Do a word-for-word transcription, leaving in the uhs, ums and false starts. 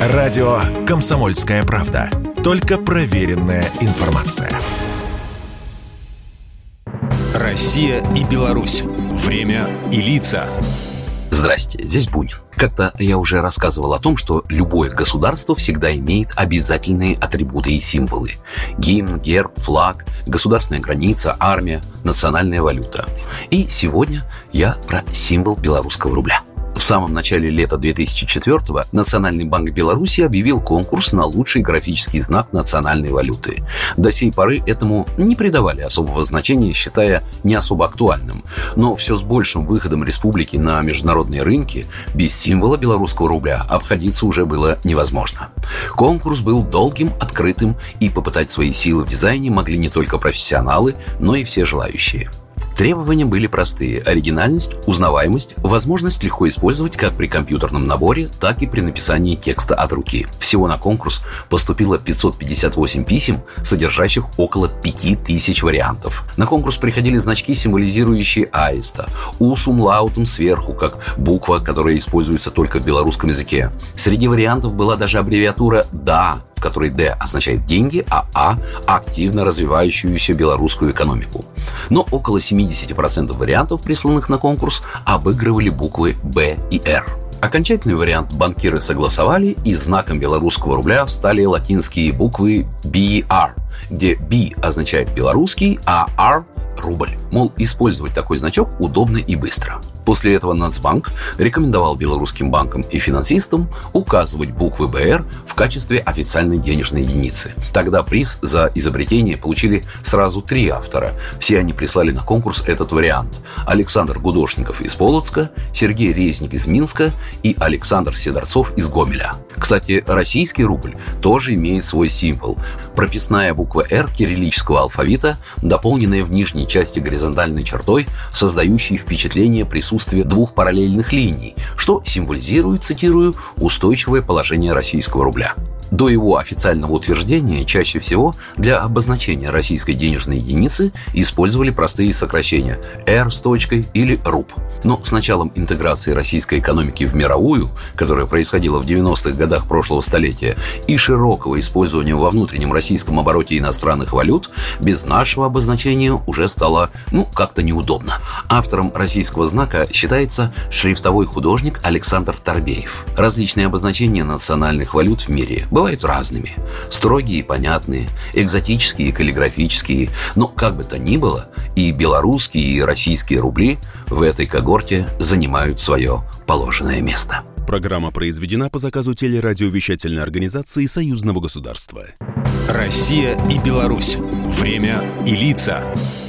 Радио «Комсомольская правда». Только проверенная информация. Россия и Беларусь. Время и лица. Здрасте, здесь Бунин. Как-то я уже рассказывал о том, что любое государство всегда имеет обязательные атрибуты и символы. Гимн, герб, флаг, государственная граница, армия, национальная валюта. И сегодня я про символ белорусского рубля. В самом начале лета две тысячи четвёртого Национальный банк Беларуси объявил конкурс на лучший графический знак национальной валюты. До сей поры этому не придавали особого значения, считая не особо актуальным. Но все с большим выходом республики на международные рынки без символа белорусского рубля обходиться уже было невозможно. Конкурс был долгим, открытым, и попытать свои силы в дизайне могли не только профессионалы, но и все желающие. Требования были простые: оригинальность, узнаваемость, возможность легко использовать как при компьютерном наборе, так и при написании текста от руки. Всего на конкурс поступило пятьсот пятьдесят восемь писем, содержащих около пяти тысяч вариантов. На конкурс приходили значки, символизирующие аиста, усум лаутом сверху, как буква, которая используется только в белорусском языке. Среди вариантов была даже аббревиатура «Да», в которой «Д» означает деньги, а «А» – активно развивающуюся белорусскую экономику. Но около семьдесят процентов вариантов, присланных на конкурс, обыгрывали буквы «Б» и «Р». Окончательный вариант банкиры согласовали, и знаком белорусского рубля стали латинские буквы би ар, где «B» означает «белорусский», а «R» – «рубль». Мол, использовать такой значок удобно и быстро. После этого Нацбанк рекомендовал белорусским банкам и финансистам указывать буквы бэ эр в качестве официальной денежной единицы. Тогда приз за изобретение получили сразу три автора. Все они прислали на конкурс этот вариант: Александр Гудошников из Полоцка, Сергей Резник из Минска и Александр Сидорцов из Гомеля. Кстати, российский рубль тоже имеет свой символ. Прописная буква «Р» кириллического алфавита, дополненная в нижней части горизонтальной чертой, создающей впечатление присутствия двух параллельных линий, что символизирует, цитирую, устойчивое положение российского рубля. До его официального утверждения чаще всего для обозначения российской денежной единицы использовали простые сокращения «Р» с точкой или «руб». Но с началом интеграции российской экономики в мировую, которая происходила в девяностых годах прошлого столетия, и широкого использования во внутреннем российском обороте иностранных валют, без нашего обозначения уже стало, ну, как-то неудобно. Автором российского знака считается шрифтовой художник Александр Торбеев. Различные обозначения национальных валют в мире бывают разными. Строгие и понятные, экзотические и каллиграфические. Но как бы то ни было, и белорусские, и российские рубли в этой когорте занимают свое положенное место. Программа произведена по заказу телерадиовещательной организации Союзного государства. Россия и Беларусь. Время и лица.